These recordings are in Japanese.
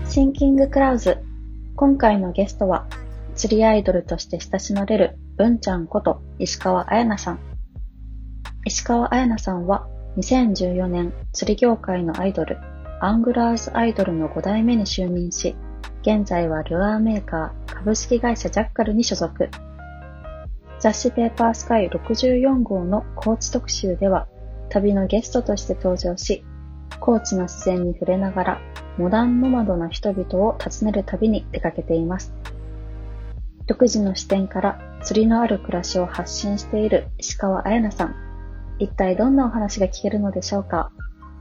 シンキングクラウズ。今回のゲストは、釣りアイドルとして親しまれる文ちゃんこと石川彩奈さん。石川彩奈さんは2014年釣り業界のアイドル、アングラーズアイドルの5代目に就任し、現在はルアーメーカー株式会社ジャッカルに所属。雑誌ペーパースカイ64号の高知特集では、旅のゲストとして登場し、高知の自然に触れながら、モダンノマドな人々を訪ねる旅に出かけています。独自の視点から釣りのある暮らしを発信している石川彩奈さん。一体どんなお話が聞けるのでしょうか。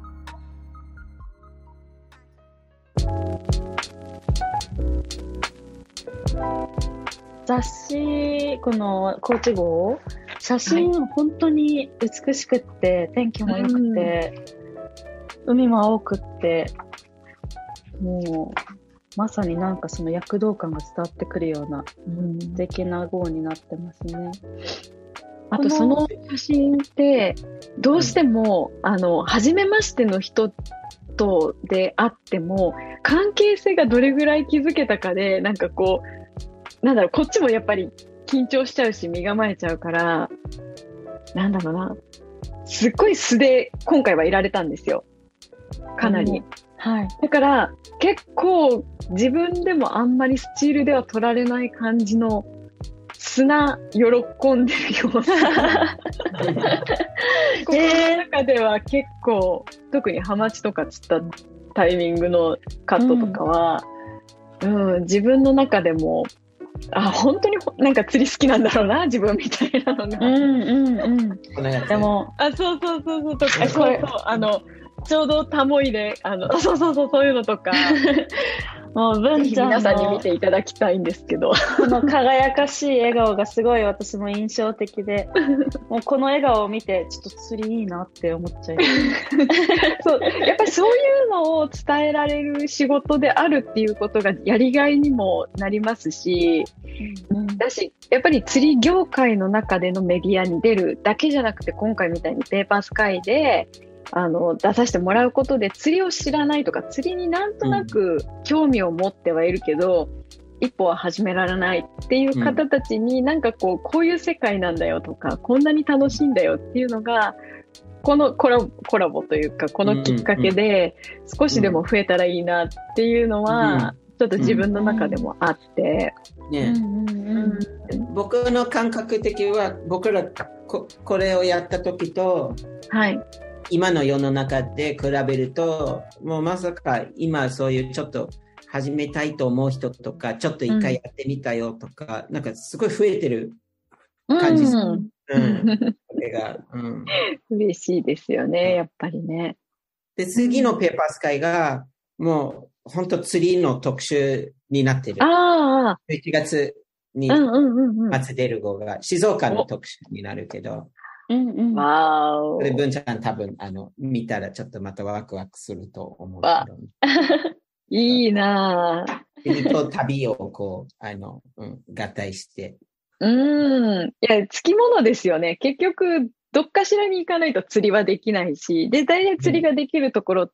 雑誌、この高知号、写真本当に美しくって、天気も良くて、海も青くって、もうまさになんかその躍動感が伝わってくるような、素敵な号になってますね。あとその写真ってどうしても初めましての人とであっても関係性がどれぐらい築けたかで、なんかこうなんだろう、こっちもやっぱり緊張しちゃうし身構えちゃうから、なんだろうな、すっごい素で今回はいられたんですよ、かなり。はい。だから結構自分でもあんまりスチールでは撮られない感じの砂喜んでる様子この中では結構特にハマチとか釣ったタイミングのカットとかは、自分の中でも本当になんか釣り好きなんだろうな自分みたいなのが、でもそうとかちょうどタモイでそういうのとかもう文ちゃんの皆さんに見ていただきたいんですけど、この輝かしい笑顔がすごい私も印象的でもうこの笑顔を見てちょっと釣りいいなって思っちゃいますそうやっぱりそういうのを伝えられる仕事であるっていうことがやりがいにもなりますし、だしやっぱり釣り業界の中でのメディアに出るだけじゃなくて、今回みたいにペーパースカイで出させてもらうことで釣りを知らないとか、釣りになんとなく興味を持ってはいるけど、一歩は始められないっていう方たちに、なんかこういう世界なんだよとか、こんなに楽しいんだよっていうのが、このコラボというか、このきっかけで少しでも増えたらいいなっていうのは、ちょっと自分の中でもあって、 僕の感覚的は、僕らこれをやった時と、今の世の中で比べると、もうまさか今そういうちょっと始めたいと思う人とか、ちょっと一回やってみたよとか、なんかすごい増えてる感じです。それが、 嬉しいですよね、やっぱりね。 で、次のペーパースカイが、もう本当釣りの特集になってる。11月に末出る号が静岡の特集になるけど、わー。で、文ちゃん多分、見たらちょっとまたワクワクすると思うけど。 いいなぁ。 釣りと旅をこう、合体して。 いや、つきものですよね。結局、どっかしらに行かないと釣りはできないし、で、大体釣りができるところって、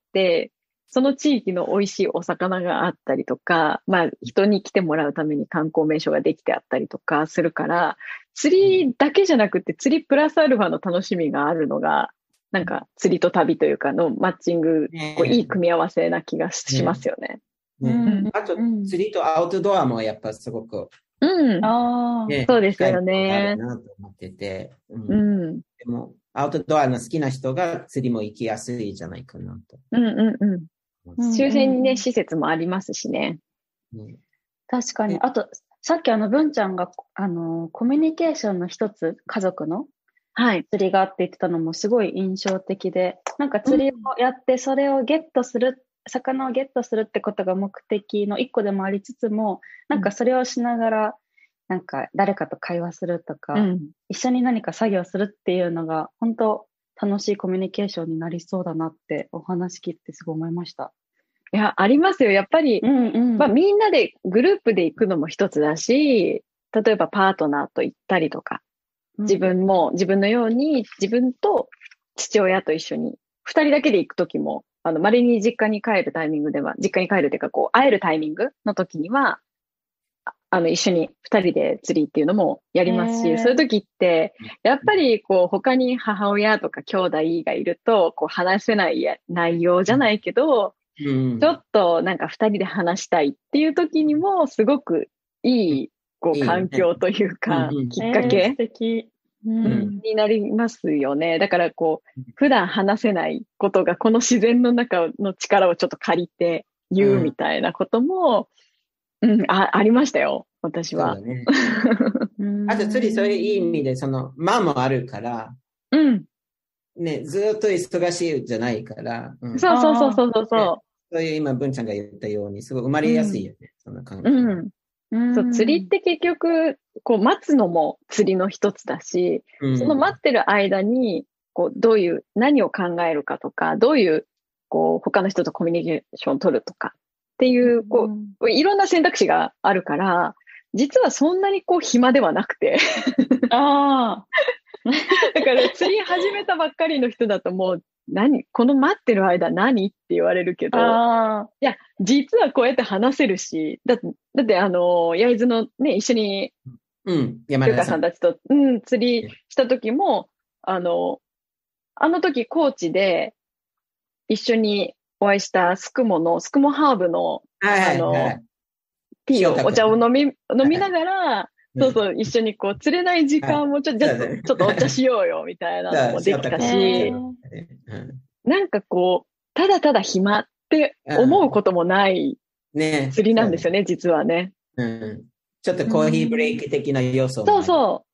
その地域の美味しいお魚があったりとか、人に来てもらうために観光名所ができてあったりとかするから、釣りだけじゃなくて釣りプラスアルファの楽しみがあるのが、なんか釣りと旅というかのマッチング、いい組み合わせな気がしますよね。 あと、釣りとアウトドアもやっぱすごく、 そうですよね。 なと思ってて、でも、アウトドアの好きな人が釣りも行きやすいじゃないかなと。周辺にね、施設もありますしね。確かに。あと、さっき文ちゃんが、コミュニケーションの一つ、家族の、釣りがあって言ってたのもすごい印象的で、なんか釣りをやって、それをゲットする、魚をゲットするってことが目的の一個でもありつつも、なんかそれをしながら、なんか誰かと会話するとか、一緒に何か作業するっていうのが、本当楽しいコミュニケーションになりそうだなってお話聞いてすごい思いました。いや、ありますよ。やっぱり、みんなでグループで行くのも一つだし、例えばパートナーと行ったりとか、自分も自分のように自分と父親と一緒に二人だけで行くときも稀に実家に帰るタイミングでは、実家に帰るっていうか、こう、会えるタイミングの時には、一緒に二人で釣りっていうのもやりますし、そういう時って、やっぱりこう他に母親とか兄弟がいると、こう話せない内容じゃないけど、ちょっとなんか二人で話したいっていう時にも、すごくいい、こう環境というか、きっかけ、 素敵になりますよね。だからこう、普段話せないことがこの自然の中の力をちょっと借りて言うみたいなことも、ありましたよ、私は。 そうだね。あと釣り、そういういい意味で、間もあるから、ね、ずっと忙しいじゃないから、 そう。 そういう今、文ちゃんが言ったように、すごい生まれやすいよね、そんな感じ。 そう、釣りって結局、こう、待つのも釣りの一つだし、その待ってる間に、こう、何を考えるかとか、どういう、こう、他の人とコミュニケーションを取るとかっていう、こう、いろんな選択肢があるから、実はそんなにこう、暇ではなくて。だから釣り始めたばっかりの人だともう、この待ってる間何って言われるけど、いや、実はこうやって話せるし、だって焼津のね、一緒に、 山田さんたちと、釣りした時も、あの時高知で一緒にお会いしたスクモハーブの、ティーを、お茶を飲みながら、そう、一緒にこう、釣れない時間もちょっとお茶しようよ、みたいなのもできたし、なんかこう、ただただ暇って思うこともない釣りなんですよね、実はね。 ちょっとコーヒーブレイク的な要素も。そう。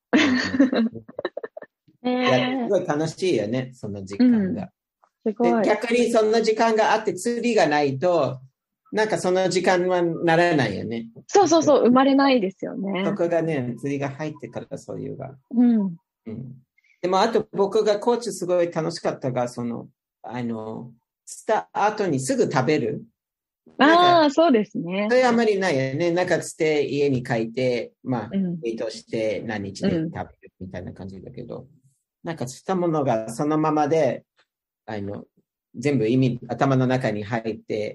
すごい楽しいよね、その時間が。 すごい。 逆にその時間があって釣りがないと、なんかその時間はならないよね。 そう、生まれないですよね。 そこがね、釣りが入ってからそういうが。でもあと僕がコーチすごい楽しかったが、釣った後にすぐ食べる。 そうですね。 それあんまりないよね。なんか釣って家に帰って、冷凍して何日で食べるみたいな感じだけど、なんか釣ったものがそのままで、全部頭の中に入って、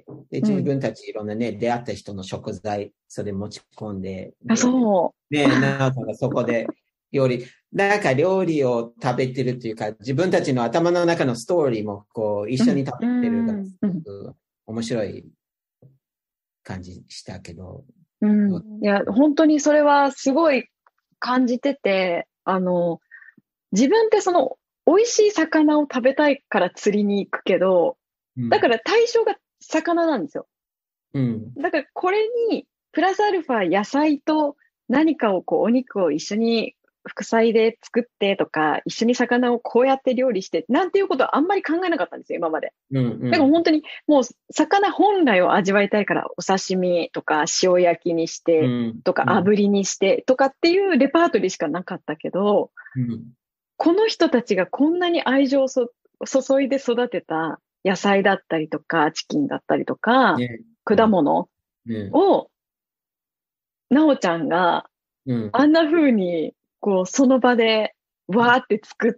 で、自分たちいろんなね、出会った人の食材、それ持ち込んで。 そう。 ね、なおさんがそこで料理を食べてるっていうか、自分たちの頭の中のストーリーもこう、一緒に食べてるが、面白い感じしたけど。 いや、本当にそれはすごい感じてて、自分って美味しい魚を食べたいから釣りに行くけど、だから対象が魚なんですよ。だからこれに、プラスアルファ野菜と何かをこう、お肉を一緒に副菜で作ってとか、一緒に魚をこうやって料理して、なんていうことはあんまり考えなかったんですよ、今まで。だから本当に、もう魚本来を味わいたいから、お刺身とか塩焼きにして、とか炙りにしてとかっていうレパートリーしかなかったけど、この人たちがこんなに愛情を注いで育てた野菜だったりとか、チキンだったりとか、果物を、なおちゃんが、あんな風に、こう、その場で、わーって作って、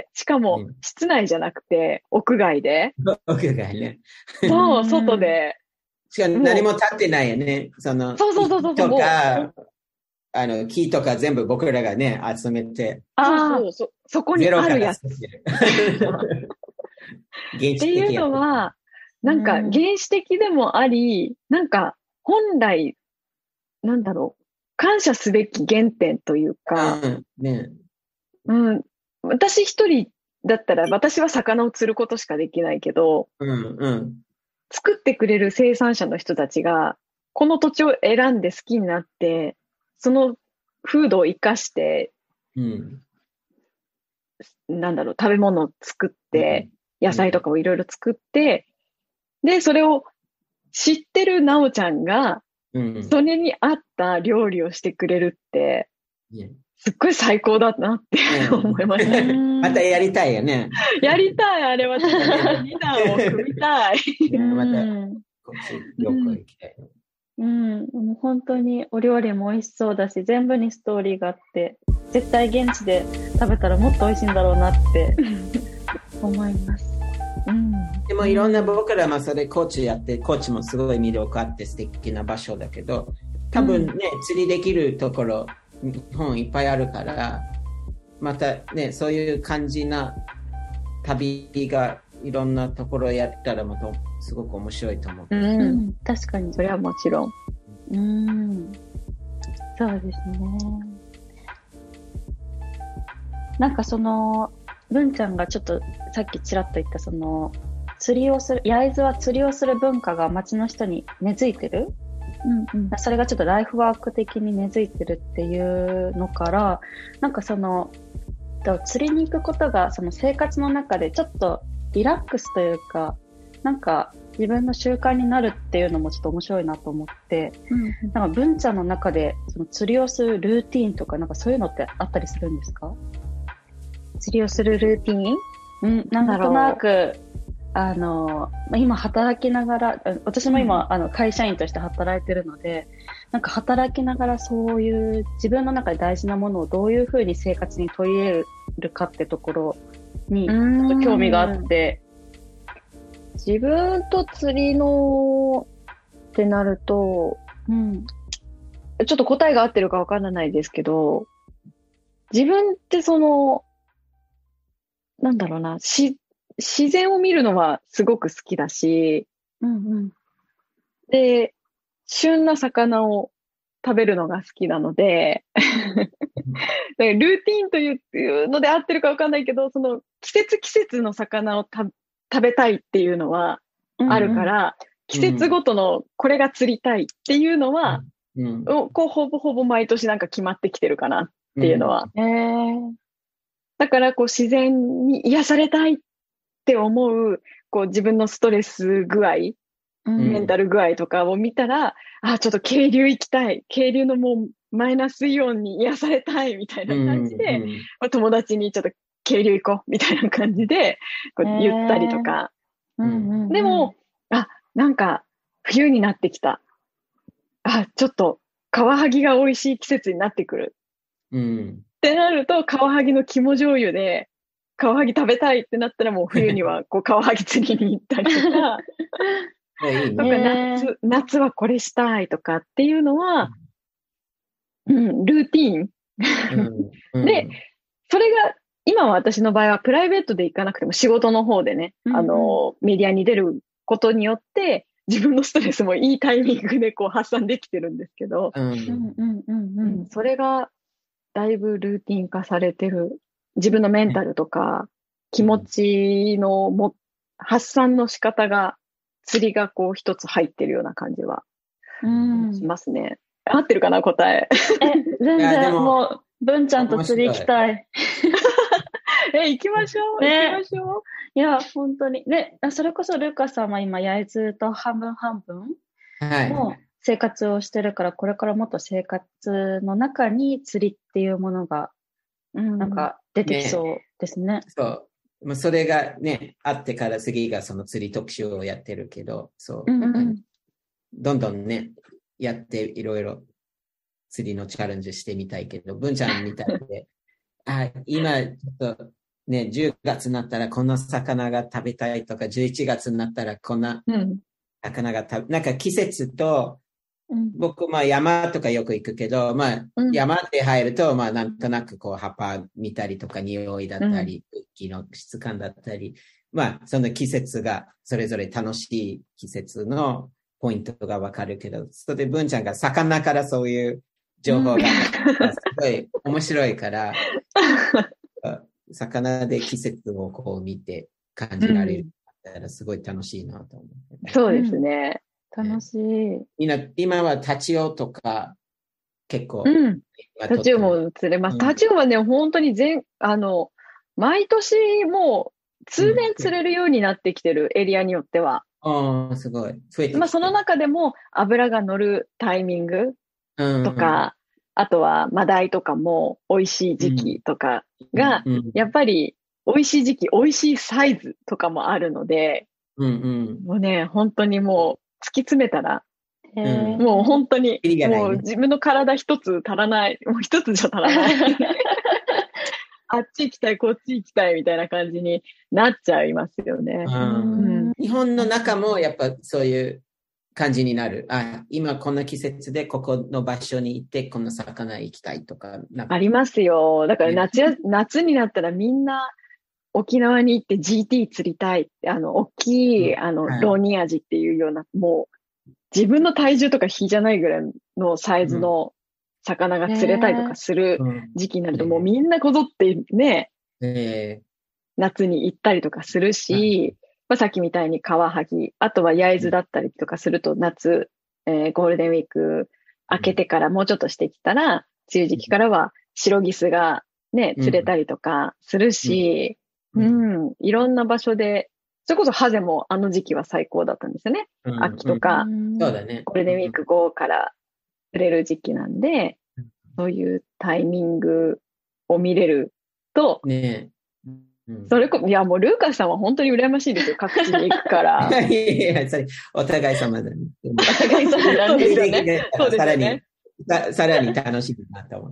しかも、室内じゃなくて、屋外で。 屋外ね。 そう、外で。 しかも何も立ってないよね。 そう。 とか、木とか全部僕らがね、集めて。 そこにあるやつ。っていうのは、なんか原始的でもあり、なんか本来、なんだろう、感謝すべき原点というか、私一人だったら私は魚を釣ることしかできないけど、作ってくれる生産者の人たちが、この土地を選んで好きになって、その風土を生かして、なんだろう、食べ物を作って、野菜とかをいろいろ作って、で、それを知ってるなおちゃんが、それに合った料理をしてくれるって、すっごい最高だなって思いました。 またやりたいよね。 やりたい、あれは。2段を組みたい。 また、こっち、どこ行きたい。 もう本当にお料理も美味しそうだし、全部にストーリーがあって、絶対現地で食べたらもっと美味しいんだろうなって思います。 でもいろんな僕らもそれ高知やって、高知もすごい魅力あって素敵な場所だけど、多分ね、釣りできるところ、日本いっぱいあるから、またね、そういう感じな旅がいろんなところやったらまたすごく面白いと思う。 確かに。 それはもちろん。 そうですね。なんか文ちゃんがちょっとさっきちらっと言った釣りをする、焼津は釣りをする文化が町の人に根付いてる、それがちょっとライフワーク的に根付いてるっていうのから、なんか釣りに行くことが生活の中でちょっとリラックスというか、なんか自分の習慣になるっていうのもちょっと面白いなと思って、なんか文ちゃんの中で釣りをするルーティーンとかなんかそういうのってあったりするんですか？ 釣りをするルーティン？ なんとなく今働きながら、私も今、会社員として働いてるので、なんか働きながらそういう自分の中で大事なものをどういうふうに生活に取り入れるかってところにちょっと興味があって、 自分と釣りのってなると、ちょっと答えが合ってるかわからないですけど、自分ってなんだろうな、自然を見るのはすごく好きだし、で、旬な魚を食べるのが好きなので、ルーティーンというので合ってるかわかんないけど、季節の魚を食べたいっていうのはあるから、季節ごとのこれが釣りたいっていうのは、こうほぼほぼ毎年なんか決まってきてるかなっていうのは。だから自然に癒されたいって思う、自分のストレス具合、メンタル具合とかを見たら、ちょっと渓流行きたい。渓流のもうマイナスイオンに癒されたいみたいな感じで、友達にちょっと渓流行こうみたいな感じで言ったりとか。でも、なんか冬になってきた。ちょっとカワハギが美味しい季節になってくる。ってなると、カワハギの肝醤油で、カワハギ食べたいってなったらもう冬にはカワハギ釣りに行ったりとか、夏はこれしたいとかっていうのは、ルーティーン。で、それが今は私の場合はプライベートで行かなくても仕事の方でね、メディアに出ることによって、自分のストレスもいいタイミングで発散できてるんですけど、それがだいぶルーティン化されてる。自分のメンタルとか、気持ちの発散の仕方が、釣りが一つ入ってるような感じはしますね。合ってるかな、答え。 全然もう、文ちゃんと釣り行きたい。 行きましょう、行きましょう。 いや、本当に。で、それこそルカさんは今、焼津と半分の生活をしてるから、これからもっと生活の中に釣りっていうものが、なんか出てきそうですね。 そう。それがね、あってから次がその釣り特集をやってるけど、そう。どんどんね、やっていろいろ釣りのチャレンジしてみたいけど、文ちゃんみたいで、今ちょっとね、10月になったらこの魚が食べたいとか、11月になったらこんな魚がなんか季節と、僕、山とかよく行くけど、山って入ると、なんとなく葉っぱ見たりとか、匂いだったり、空気の質感だったり、その季節が、それぞれ楽しい季節のポイントがわかるけど、それで文ちゃんが魚からそういう情報が、すごい面白いから、魚で季節を見て感じられるから、すごい楽しいなと思って。 そうですね。 楽しい。 みんな、今はタチウオとか、結構。 タチウオも釣れます。タチウオはね、本当に毎年もう、通年釣れるようになってきてる、エリアによっては。 すごい。増えてきてその中でも、脂が乗るタイミングとか、あとは、マダイとかも、美味しい時期とかが、やっぱり、美味しい時期、美味しいサイズとかもあるので、もうね、本当にもう、突き詰めたら、もう本当に、もう自分の体一つ足らない。もう一つじゃ足らない。あっち行きたい、こっち行きたいみたいな感じになっちゃいますよね。 日本の中もやっぱそういう感じになる。今この季節でここの場所に行ってこの魚行きたいとか。 ありますよ。だから夏になったらみんな沖縄に行って GT 釣りたい。大きい、ローニアジっていうような、もう自分の体重とか比じゃないぐらいのサイズの魚が釣れたりとかする時期になると、もうみんなこぞってね、夏に行ったりとかするし、さっきみたいにカワハギ、あとは焼津だったりとかすると夏、ゴールデンウィーク明けてからもうちょっとしてきたら、梅雨時期からは白ギスがね、釣れたりとかするし、いろんな場所で、それこそハゼもあの時期は最高だったんですよね。秋とか、 そうだね。 ゴールデンウィーク後から釣れる時期なんで、そういうタイミングを見れると、それいやもうルーカスさんは本当に羨ましいですよ、各地に行くから。 いやそれお互い様だね。 お互い様なんですよね。そうですよね。 さらに楽しいなと思って。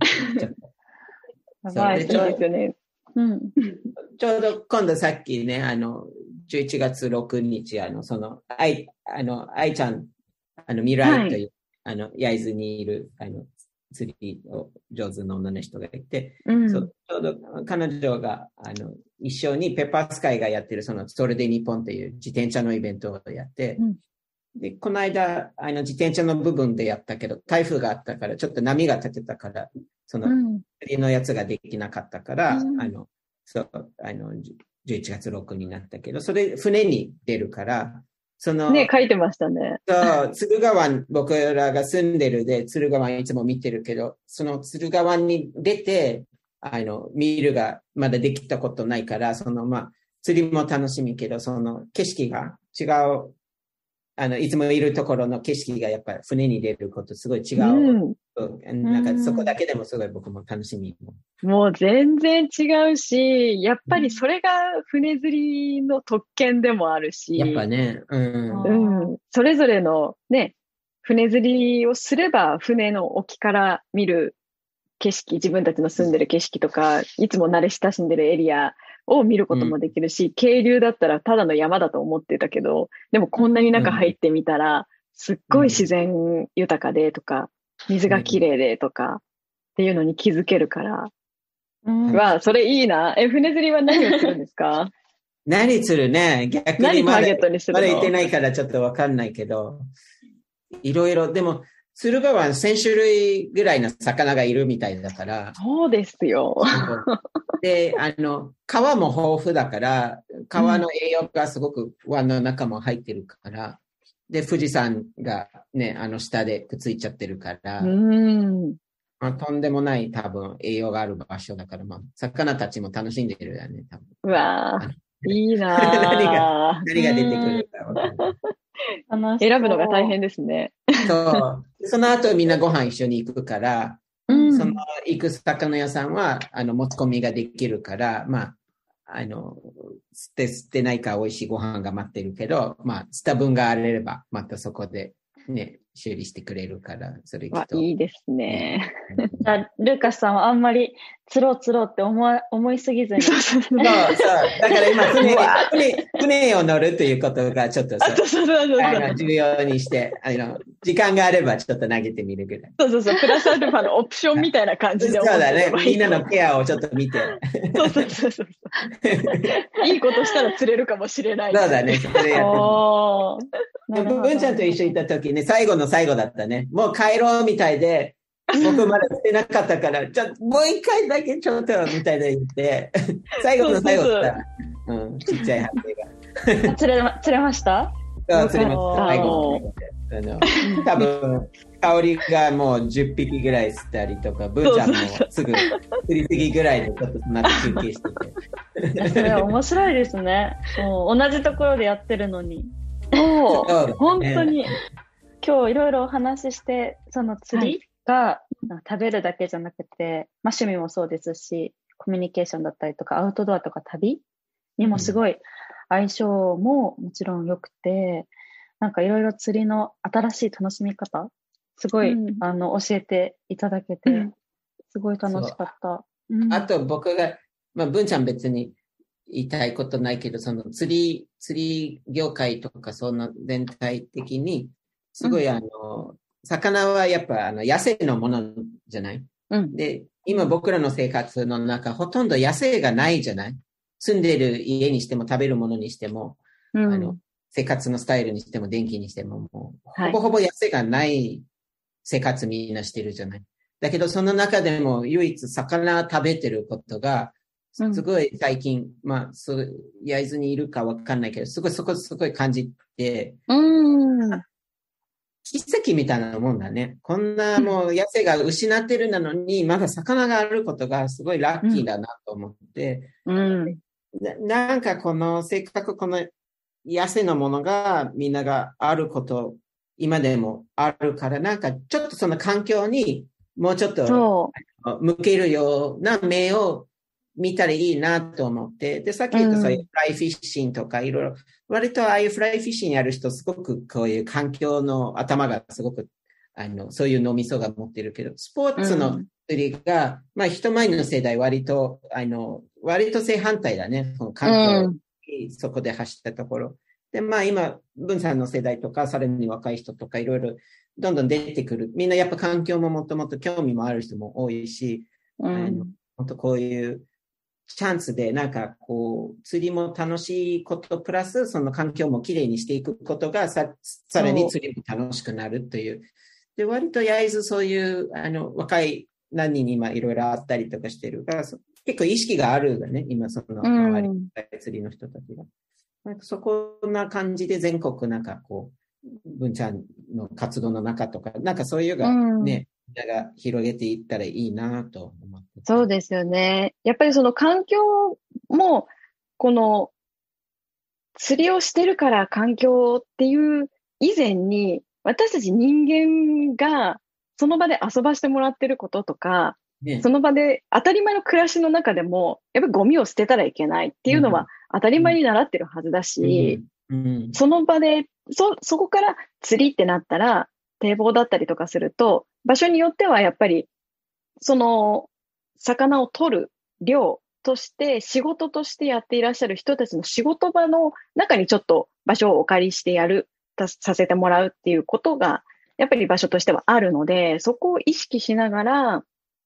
そうですよね。 ちょうど今度さっきね、11月6日、愛ちゃん、未来という、焼津にいる、釣りを上手な女の人がいて、ちょうど彼女が、一緒にペッパースカイがやってる、それで日本という自転車のイベントをやって、で、この間、自転車の部分でやったけど、台風があったから、ちょっと波が立てたから、釣りのやつができなかったから、11月6になったけど、それ、船に出るから、 ね、書いてましたね。 そう、鶴ヶ湾、僕らが住んでるで、鶴ヶ湾いつも見てるけど、その鶴ヶ湾に出て、見るがまだできたことないから、釣りも楽しみけど、景色が違う、いつもいるところの景色がやっぱり船に出ることすごい違う。なんかそこだけでもすごい僕も楽しみ。 もう全然違うし、やっぱりそれが船釣りの特権でもあるし。 やっぱね、 それぞれのね、船釣りをすれば船の沖から見る景色、自分たちの住んでる景色とか、いつも慣れ親しんでるエリアを見ることもできるし、渓流だったらただの山だと思ってたけど、でもこんなに中入ってみたら、すっごい自然豊かでとか、水が綺麗でとか、っていうのに気づけるから。それいいな。船釣りは何をするんですか？ 何釣るね。逆にまだ行ってないからちょっとわかんないけど、いろいろ、でも、鶴ヶ湾1000種類ぐらいの魚がいるみたいだから。 そうですよ。 で、川も豊富だから、川の栄養がすごく湾の中も入ってるから、で、富士山がね、下でくっついちゃってるから、とんでもない多分栄養がある場所だから、魚たちも楽しんでるよね、多分。 うわぁ、いいなぁ。 何が出てくるかわかんない。 選ぶのが大変ですね。 そう。その後みんなご飯一緒に行くから、その行く魚屋さんは、持ち込みができるから、捨てないから美味しいご飯が待ってるけど、捨て分があれば、またそこでね、修理してくれるから、それきっと。 いいですね。 じゃあ、ルーカスさんはあんまり釣ろうって思いすぎずに。 そう。だから今、船を乗るということがちょっと重要にして、時間があればちょっと投げてみるぐらい。 そう。プラスアルファのオプションみたいな感じで思って。 そうだね。みんなのケアをちょっと見て。 そう。いいことしたら釣れるかもしれない。 そうだね。それやって文ちゃんと一緒にいた時ね、最後の最後だったね。もう帰ろうみたいで、僕まだ釣れなかったから、もう一回だけちょっとみたいで言って、最後の最後だった。ちっちゃいハエが。 釣れました？ 釣れました。最後多分、香りがもう10匹ぐらい釣ったりとか、文ちゃんもすぐ釣りすぎぐらいでちょっとまた休憩してて。 それは面白いですね。同じところでやってるのに。本当に。今日いろいろお話しして、その釣りが食べるだけじゃなくて、趣味もそうですし、コミュニケーションだったりとか、アウトドアとか旅にもすごい相性ももちろん良くて、なんかいろいろ釣りの新しい楽しみ方、すごい、教えていただけて、すごい楽しかった。 あと僕が、文ちゃん別に言いたいことないけど、その釣り業界とか、その全体的に、すごい魚はやっぱ野生のものじゃない、で、今僕らの生活の中、ほとんど野生がないじゃない、住んでる家にしても食べるものにしても、生活のスタイルにしても電気にしても、もうほぼほぼ野生がない生活みんなしてるじゃない。だけどその中でも唯一魚食べてることが、すごい最近、焼津にいるかわかんないけど、すごい感じて、奇跡みたいなもんだね。こんなもう野生が失ってるなのに、まだ魚があることがすごいラッキーだなと思って、なんかせっかくこの野生のものがみんながあること、今でもあるから、なんかちょっとその環境にもうちょっと向けるような目を見たらいいなと思って。で、さっき言ったそういうフライフィッシングとかいろいろ、割とああいうフライフィッシングやる人、すごくこういう環境の頭がすごく、そういう脳みそが持ってるけど、スポーツの釣りが、一前の世代割と正反対だね。その環境、そこで走ったところ。で、今、文さんの世代とか、さらに若い人とかいろいろ、どんどん出てくる。みんなやっぱ環境ももっともっと興味もある人も多いし、もっとこういうチャンスでなんか釣りも楽しいことプラスその環境もきれいにしていくことがさらに釣りも楽しくなるという。で、割と焼津そういう若い何人に今いろいろあったりとかしてるから、結構意識があるよね、今その周りの釣りの人たちが。なんかそこな感じで全国なんか文ちゃんの活動の中とか、なんかそういうがね、みんなが広げていったらいいなと思って。 そうですよね。やっぱりその環境も、この釣りをしてるから環境っていう以前に、私たち人間がその場で遊ばしてもらってることとか、その場で当たり前の暮らしの中でも、やっぱりゴミを捨てたらいけないっていうのは当たり前に習ってるはずだし、その場で、そこから釣りってなったら、堤防だったりとかすると、場所によってはやっぱり、その、魚を取る量として、仕事としてやっていらっしゃる人たちの仕事場の中にちょっと場所をお借りしてさせてもらうっていうことが、やっぱり場所としてはあるので、そこを意識しながら、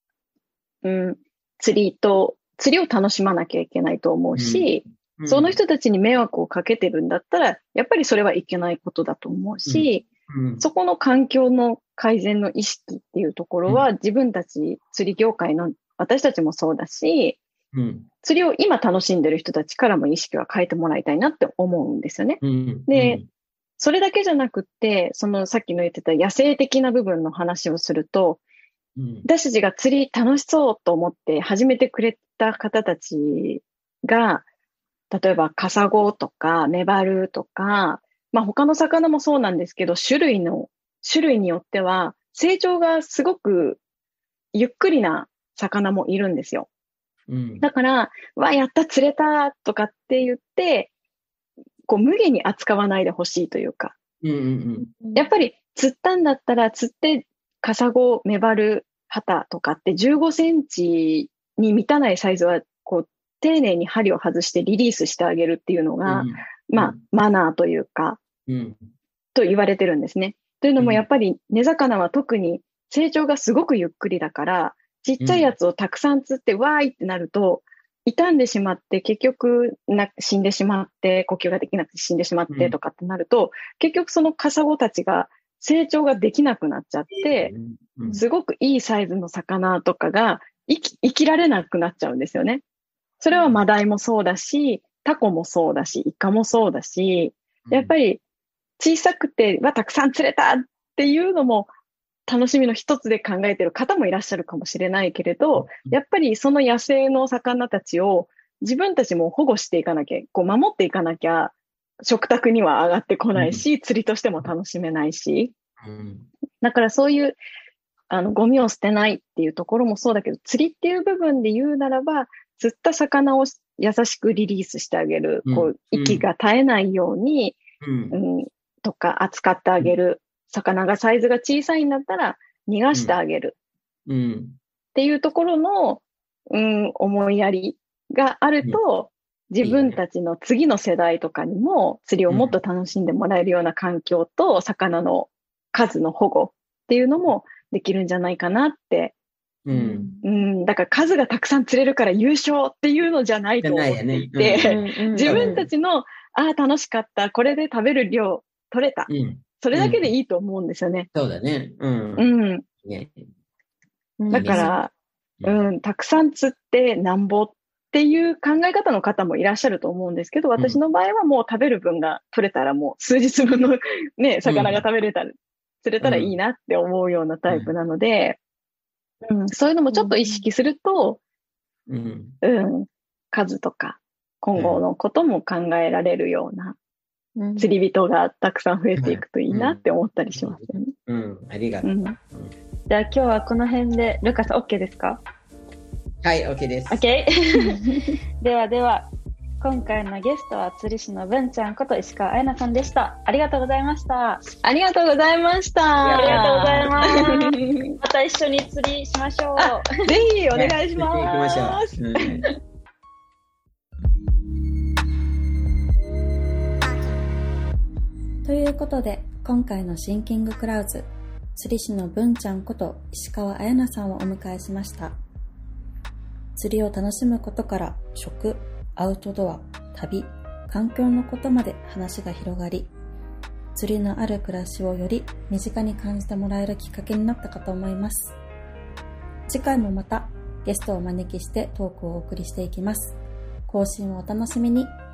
釣りを楽しまなきゃいけないと思うし、その人たちに迷惑をかけてるんだったら、やっぱりそれはいけないことだと思うし、そこの環境の改善の意識っていうところは、自分たち釣り業界の私たちもそうだし、釣りを今楽しんでる人たちからも意識は変えてもらいたいなって思うんですよね。で、それだけじゃなくって、そのさっきの言ってた野生的な部分の話をすると、私たちが釣り楽しそうと思って始めてくれた方たちが、例えばカサゴとかメバルとか、他の魚もそうなんですけど、種類によっては成長がすごくゆっくりな魚もいるんですよ。だから、やった釣れたとかって言って、無下に扱わないでほしいというか、やっぱり釣ったんだったら釣ってカサゴ、メバル、ハタとかって15センチに満たないサイズは、丁寧に針を外してリリースしてあげるっていうのが、マナーというか、と言われてるんですね。というのもやっぱり根魚は特に成長がすごくゆっくりだから、ちっちゃいやつをたくさん釣ってわーいってなると、傷んでしまって結局死んでしまって、呼吸ができなくて死んでしまってとかってなると、結局そのカサゴたちが成長ができなくなっちゃって、すごくいいサイズの魚とかが生きられなくなっちゃうんですよね。それはマダイもそうだし、タコもそうだし、イカもそうだし、やっぱり小さくてたくさん釣れたっていうのも楽しみの一つで考えてる方もいらっしゃるかもしれないけれど、やっぱりその野生の魚たちを自分たちも保護していかなきゃ、守っていかなきゃ食卓には上がってこないし、釣りとしても楽しめないし。だからそういうゴミを捨てないっていうところもそうだけど、釣りっていう部分で言うならば、釣った魚を優しくリリースしてあげる、息が絶えないように、とか扱ってあげる。魚がサイズが小さいんだったら逃がしてあげる。っていうところの、思いやりがあると、 自分たちの次の世代とかにも釣りをもっと楽しんでもらえるような環境と魚の数の保護っていうのもできるんじゃないかなって。だから数がたくさん釣れるから優勝っていうのじゃないと思っていて、自分たちの、楽しかった、これで食べる量取れた。それだけでいいと思うんですよね。 そうだね。 だから、たくさん釣ってなんぼっていう考え方の方もいらっしゃると思うんですけど、私の場合はもう食べる分が取れたらもう数日分のね、魚が食べれたら、釣れたらいいなって思うようなタイプなので、そういうのもちょっと意識すると、数とか今後のことも考えられるような釣り人がたくさん増えていくといいなって思ったりしますよね。 ありがとう。 じゃあ今日はこの辺で、ルカさん OK ですか？ はい、OK です。 OK では、今回のゲストは釣り師の文ちゃんこと石川彩奈さんでした。ありがとうございました。 ありがとうございました。 ありがとうございます。また一緒に釣りしましょう。 ぜひお願いします。 ということで、今回のシンキングクラウズ、釣り師の文ちゃんこと石川彩奈さんをお迎えしました。釣りを楽しむことから食、アウトドア、旅、環境のことまで話が広がり、釣りのある暮らしをより身近に感じてもらえるきっかけになったかと思います。次回もまたゲストをお招きしてトークをお送りしていきます。更新をお楽しみに。